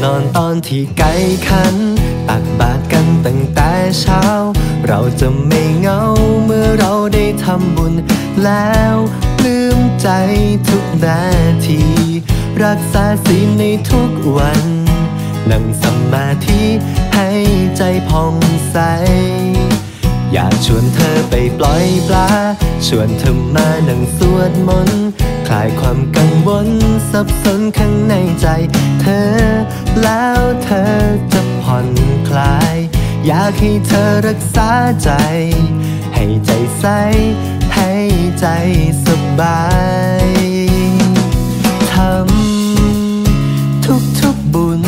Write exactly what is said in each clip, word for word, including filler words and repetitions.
นอนตอนที่ไก่ขันตักบาตรกันตั้งแต่เช้าเราจะไม่เหงาเมื่อเราได้ทำบุญแล้วลืมใจทุกนาทีรักษาศีลในทุกวันนั่งสมาธิให้ใจผ่องใสอยากชวนเธอไปปล่อยปลาชวนเธอมานั่งสวดมนต์คลายความกังวลสับสนข้างในใจเธอแล้วเธอจะผ่อนคลายอยากให้เธอรักษาใจให้ใจใสให้ใจสบายทำทุกๆบุญ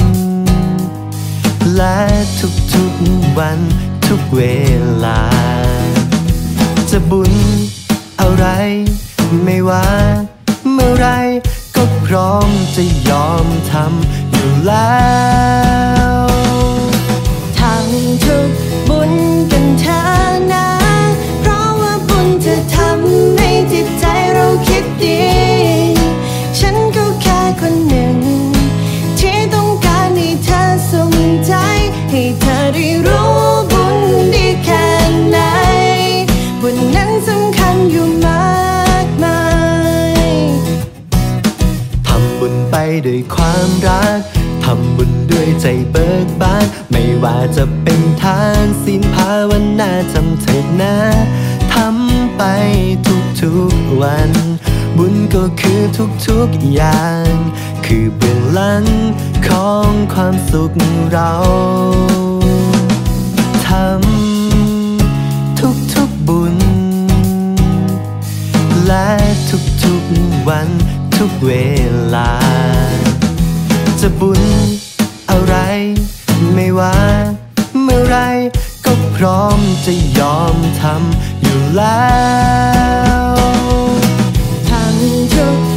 และทุกๆวันทุกเวลาจะบุญอะไรไม่ว่าเมื่อไรก็พร้อมจะยอมทำอยู่แล้วทำทุกบุญกันเถอะนะเพราะว่าบุญจะทำให้จิตใจเราคิดดีฉันก็แค่คนหนึ่งที่ต้องการให้เธอสนใจให้เธอได้รู้บุญดีแค่ไหนบุญนั้นสำคัญอยู่มากมายทำบุญไปด้วยความรักทำบุญด้วยใจเบิกบานไม่ว่าจะเป็นทานศีลภาวนาจำเถิดนะทำไปทุกๆวันบุญก็คือทุกๆอย่างคือเบื้องหลังของความสุขเราทำทุกๆบุญและทุกๆวันทุกเวลาจะบุญอะไรไม่ว่าเมื่อไรก็พร้อมจะยอมทำอยู่แล้วทำทุก